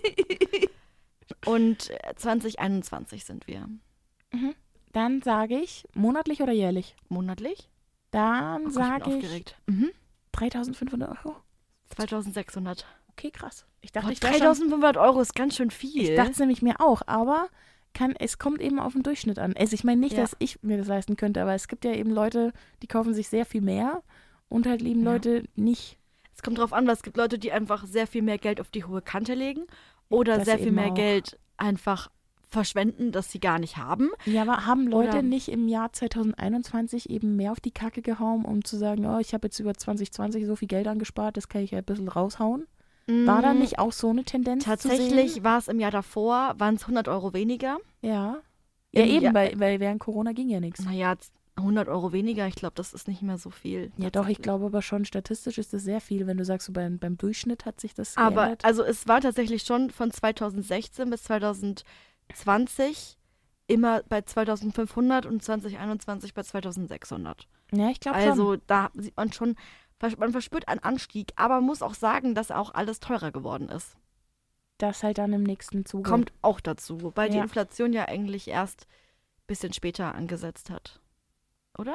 Und 2021 sind wir. Mhm. Dann sage ich, monatlich oder jährlich? Monatlich? Dann Oh Gott, sage bin ich aufgeregt. Mhm. 3.500 Euro. 2.600. Okay, krass. Ich dachte, Boah, ich wäre schon... 3.500 Euro ist ganz schön viel. Ich dachte es nämlich mir auch, aber es kommt eben auf den Durchschnitt an. Also ich meine nicht, Ja. dass ich mir das leisten könnte, aber es gibt ja eben Leute, die kaufen sich sehr viel mehr und halt eben Ja. Leute nicht. Es kommt drauf an, weil es gibt Leute, die einfach sehr viel mehr Geld auf die hohe Kante legen oder Das sehr viel eben mehr auch. Geld einfach verschwenden, das sie gar nicht haben. Ja, aber haben Leute Oder- nicht im Jahr 2021 eben mehr auf die Kacke gehauen, um zu sagen, oh, ich habe jetzt über 2020 so viel Geld angespart, das kann ich ja ein bisschen raushauen? War da nicht auch so eine Tendenz zu Tatsächlich sehen? war es im Jahr davor, waren es 100 Euro weniger. Ja. Ja, Im eben, Jahr- weil während Corona ging ja nichts. Naja, 100 Euro weniger, ich glaube, das ist nicht mehr so viel. Ja, doch, ich glaube aber schon, statistisch ist das sehr viel, wenn du sagst, so beim Durchschnitt hat sich das Aber geändert. also es war tatsächlich schon von 2016 bis 2020 immer bei 2.500 und 2021 bei 2.600. Ja, ich glaube schon. Also da sieht man schon, man verspürt einen Anstieg, aber man muss auch sagen, dass auch alles teurer geworden ist. Das halt dann im nächsten Zuge. Kommt auch dazu, wobei die Ja. Inflation ja eigentlich erst ein bisschen später angesetzt hat. Oder?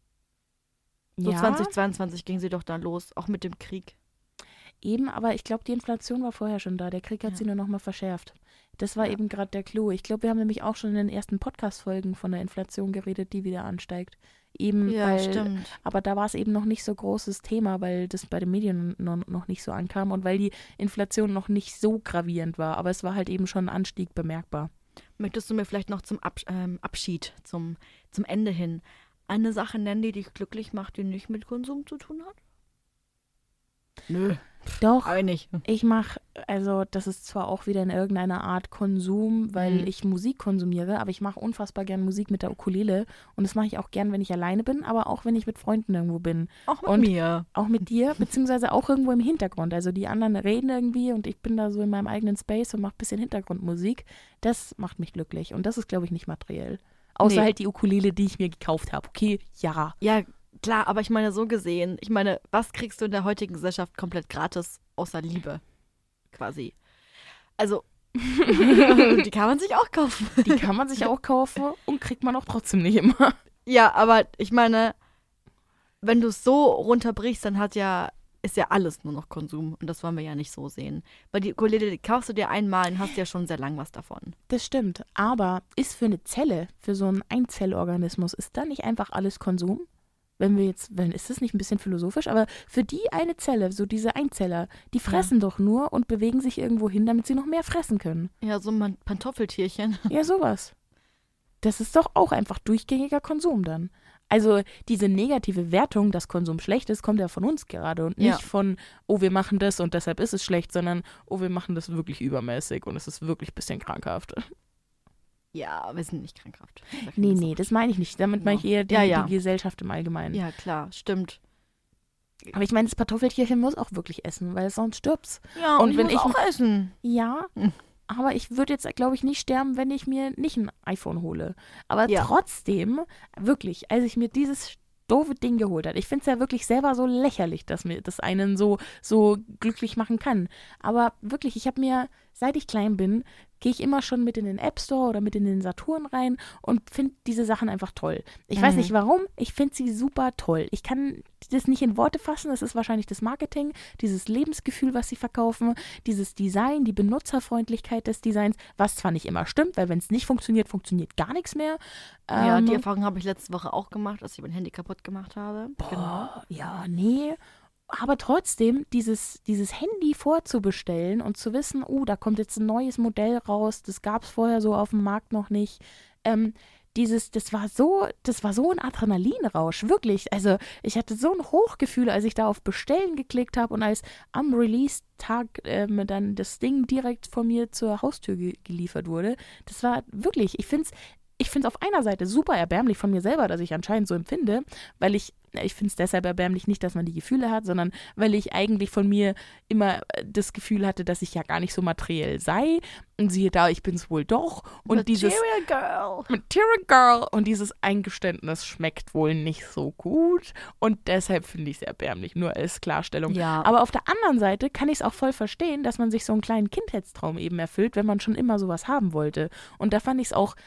So ja, 2022 ging sie doch dann los, auch mit dem Krieg. eben, aber ich glaube, die Inflation war vorher schon da. Der Krieg hat Ja. sie nur noch mal verschärft. Das war Ja. eben gerade der Clou. Ich glaube, wir haben nämlich auch schon in den ersten Podcast-Folgen von der Inflation geredet, die wieder ansteigt. Eben, weil, stimmt. aber da war es eben noch nicht so großes Thema, weil das bei den Medien noch nicht so ankam und weil die Inflation noch nicht so gravierend war. Aber es war halt eben schon ein Anstieg bemerkbar. Möchtest du mir vielleicht noch zum Abschied, zum Ende hin, eine Sache nennen, die dich glücklich macht, die nicht mit Konsum zu tun hat? Nö, Doch, aber nicht. ich mache, also das ist zwar auch wieder in irgendeiner Art Konsum, weil Mhm. ich Musik konsumiere, aber ich mache unfassbar gern Musik mit der Ukulele und das mache ich auch gern, wenn ich alleine bin, aber auch wenn ich mit Freunden irgendwo bin. Auch mit Und- mir. Auch mit dir, beziehungsweise auch irgendwo im Hintergrund. Also die anderen reden irgendwie und ich bin da so in meinem eigenen Space und mache ein bisschen Hintergrundmusik. Das macht mich glücklich und das ist, glaube ich, nicht materiell. Außer Nee. halt die Ukulele, die ich mir gekauft habe. Okay, ja. Ja, klar, aber ich meine so gesehen, ich meine, was kriegst du in der heutigen Gesellschaft komplett gratis außer Liebe? Quasi. Also, die kann man sich auch kaufen. Die kann man sich auch kaufen und kriegt man auch trotzdem nicht immer. Ja, aber ich meine, wenn du es so runterbrichst, dann ist ja alles nur noch Konsum und das wollen wir ja nicht so sehen. Weil die Ukulele, die kaufst du dir einmal und hast ja schon sehr lang was davon. Das stimmt. Aber ist für eine Zelle, für so einen Einzellorganismus, ist da nicht einfach alles Konsum? wenn ist das nicht ein bisschen philosophisch, aber für die eine Zelle, so diese Einzeller, die fressen doch nur und bewegen sich irgendwo hin, damit sie noch mehr fressen können. Ja, so ein Pantoffeltierchen. Ja, sowas. Das ist doch auch einfach durchgängiger Konsum dann. Also diese negative Wertung, dass Konsum schlecht ist, kommt ja von uns gerade und nicht von, oh, wir machen das und deshalb ist es schlecht, sondern, oh, wir machen das wirklich übermäßig und es ist wirklich ein bisschen krankhaft. Ja, wir sind nicht krankhaft. Nee, das meine ich nicht. Damit meine ich eher die Gesellschaft im Allgemeinen. Ja, klar, stimmt. Aber ich meine, das Kartoffeltierchen muss auch wirklich essen, weil es sonst stirbt's. Ja, und wenn ich muss auch essen. Ja, aber ich würde jetzt, glaube ich, nicht sterben, wenn ich mir nicht ein iPhone hole. Aber trotzdem, wirklich, als ich mir dieses doofe Ding geholt habe, ich finde es ja wirklich selber so lächerlich, dass mir das einen so glücklich machen kann. Aber wirklich, ich habe mir, seit ich klein bin, gehe ich immer schon mit in den App Store oder mit in den Saturn rein und finde diese Sachen einfach toll. Ich weiß nicht warum, ich finde sie super toll. Ich kann das nicht in Worte fassen, das ist wahrscheinlich das Marketing, dieses Lebensgefühl, was sie verkaufen, dieses Design, die Benutzerfreundlichkeit des Designs, was zwar nicht immer stimmt, weil wenn es nicht funktioniert, funktioniert gar nichts mehr. Ja, die Erfahrung habe ich letzte Woche auch gemacht, dass ich mein Handy kaputt gemacht habe. Genau. Ja, nee. Aber trotzdem, dieses Handy vorzubestellen und zu wissen, da kommt jetzt ein neues Modell raus, das gab es vorher so auf dem Markt noch nicht. Das war so ein Adrenalinrausch, wirklich. Also ich hatte so ein Hochgefühl, als ich da auf Bestellen geklickt habe und als am Release-Tag dann das Ding direkt von mir zur Haustür geliefert wurde. Das war wirklich, ich finde es auf einer Seite super erbärmlich von mir selber, dass ich anscheinend so empfinde, weil ich finde es deshalb erbärmlich nicht, dass man die Gefühle hat, sondern weil ich eigentlich von mir immer das Gefühl hatte, dass ich ja gar nicht so materiell sei. Und siehe da, ich bin es wohl doch. Und Material Girl. Und dieses Eingeständnis schmeckt wohl nicht so gut. Und deshalb finde ich es erbärmlich, nur als Klarstellung. Ja. Aber auf der anderen Seite kann ich es auch voll verstehen, dass man sich so einen kleinen Kindheitstraum eben erfüllt, wenn man schon immer sowas haben wollte. Und da fand ich es auch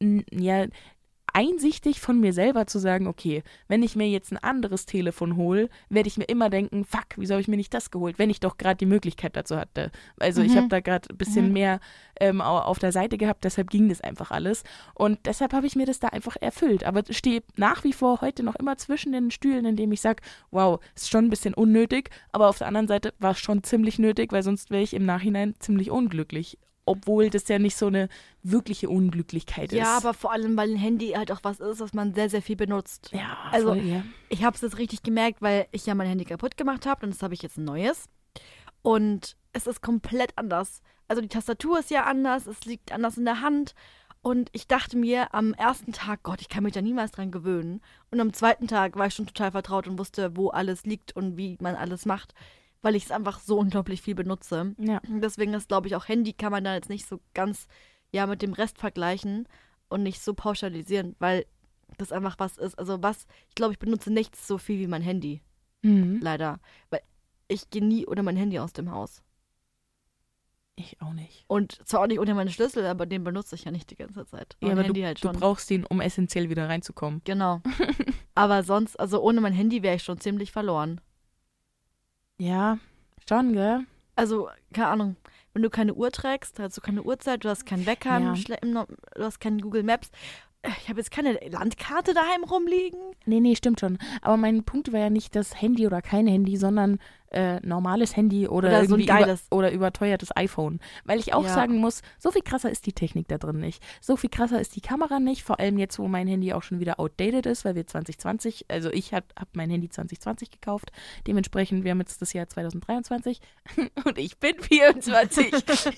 einsichtig von mir selber zu sagen, okay, wenn ich mir jetzt ein anderes Telefon hole, werde ich mir immer denken, fuck, wieso habe ich mir nicht das geholt, wenn ich doch gerade die Möglichkeit dazu hatte. Also ich habe da gerade ein bisschen mehr auf der Seite gehabt, deshalb ging das einfach alles. Und deshalb habe ich mir das da einfach erfüllt. Aber stehe nach wie vor heute noch immer zwischen den Stühlen, indem ich sage, wow, ist schon ein bisschen unnötig, aber auf der anderen Seite war es schon ziemlich nötig, weil sonst wäre ich im Nachhinein ziemlich unglücklich. Obwohl das ja nicht so eine wirkliche Unglücklichkeit ist. Ja, aber vor allem, weil ein Handy halt auch was ist, was man sehr, sehr viel benutzt. Ja, also voll, ja. Ich habe es jetzt richtig gemerkt, weil ich ja mein Handy kaputt gemacht habe und jetzt habe ich jetzt ein neues. Und es ist komplett anders. Also die Tastatur ist ja anders, es liegt anders in der Hand. Und ich dachte mir am ersten Tag, Gott, ich kann mich da niemals dran gewöhnen. Und am zweiten Tag war ich schon total vertraut und wusste, wo alles liegt und wie man alles macht, weil ich es einfach so unglaublich viel benutze. Ja. Deswegen ist, glaube ich, auch Handy kann man da jetzt nicht so ganz mit dem Rest vergleichen und nicht so pauschalisieren, weil das einfach was ist. Also ich glaube, ich benutze nichts so viel wie mein Handy. Leider. Weil ich gehe nie ohne mein Handy aus dem Haus. Ich auch nicht. Und zwar auch nicht ohne meine Schlüssel, aber den benutze ich ja nicht die ganze Zeit. Ja, aber Handy halt schon. Du brauchst ihn, um essentiell wieder reinzukommen. Genau. Aber sonst, also ohne mein Handy wäre ich schon ziemlich verloren. Ja, schon, gell? Also, keine Ahnung, wenn du keine Uhr trägst, hast du keine Uhrzeit, du hast keinen Wecker, du hast keinen Google Maps. Ich habe jetzt keine Landkarte daheim rumliegen. Nee, stimmt schon. Aber mein Punkt war ja nicht das Handy oder kein Handy, sondern normales Handy oder so ein geiles. Oder überteuertes iPhone. Weil ich auch sagen muss, so viel krasser ist die Technik da drin nicht. So viel krasser ist die Kamera nicht. Vor allem jetzt, wo mein Handy auch schon wieder outdated ist, weil wir 2020, also ich hab mein Handy 2020 gekauft. Dementsprechend, wir haben jetzt das Jahr 2023 und ich bin 24.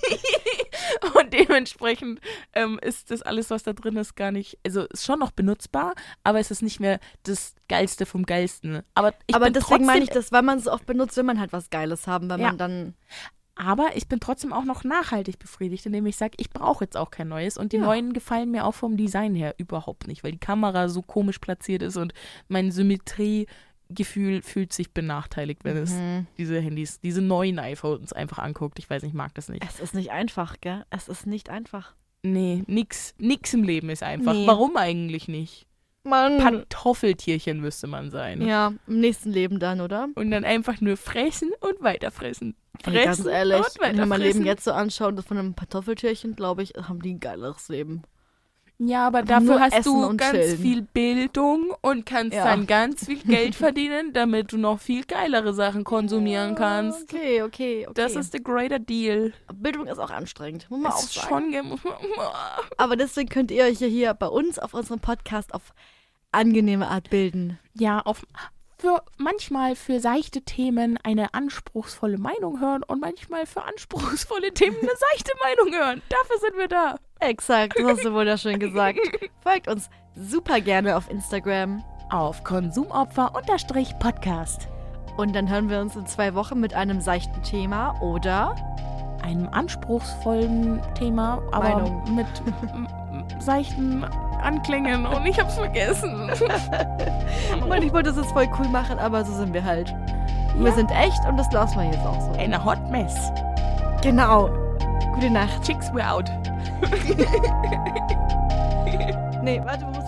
Und dementsprechend ist das alles, was da drin ist, gar nicht, also ist schon noch benutzbar, aber es ist nicht mehr das Geilste vom Geilsten. Aber deswegen meine ich das, weil man es so oft benutzt, will man halt was Geiles haben, weil man dann... Aber ich bin trotzdem auch noch nachhaltig befriedigt, indem ich sage, ich brauche jetzt auch kein neues. Und die neuen gefallen mir auch vom Design her überhaupt nicht, weil die Kamera so komisch platziert ist und mein Symmetriegefühl fühlt sich benachteiligt, wenn es diese neuen iPhones einfach anguckt. Ich weiß nicht, ich mag das nicht. Es ist nicht einfach, gell? Es ist nicht einfach. Nee, nix im Leben ist einfach. Nee. Warum eigentlich nicht? Pantoffeltierchen müsste man sein. Ja, im nächsten Leben dann, oder? Und dann einfach nur fressen und weiterfressen. Ey, ganz ehrlich, wenn wir mein Leben jetzt so anschauen, das von einem Pantoffeltierchen, glaube ich, haben die ein geileres Leben. Ja, aber Nur dafür hast essen du und ganz chillen. viel Bildung und kannst Ja. dann ganz viel Geld verdienen, damit du noch viel geilere Sachen konsumieren kannst. Okay. Das ist the greater deal. Bildung ist auch anstrengend, muss man auch Ist sagen. schon Aber deswegen könnt ihr euch ja hier bei uns auf unserem Podcast auf angenehme Art bilden. ja, manchmal für seichte Themen eine anspruchsvolle Meinung hören und manchmal für anspruchsvolle Themen eine seichte Meinung hören. Dafür sind wir da. Exakt, das hast du wunderschön gesagt. Folgt uns super gerne auf Instagram. Auf Konsumopfer_Podcast. Und dann hören wir uns in 2 Wochen mit einem seichten Thema oder Einem anspruchsvollen Thema, aber Meinung. mit seichten Anklängen und ich hab's vergessen. Und ich wollte es jetzt voll cool machen, aber so sind wir halt. Wir sind echt und das lassen wir jetzt auch so. In a hot mess. Genau. Gute Nacht. Chicks, we're out. Nee, warte, wo muss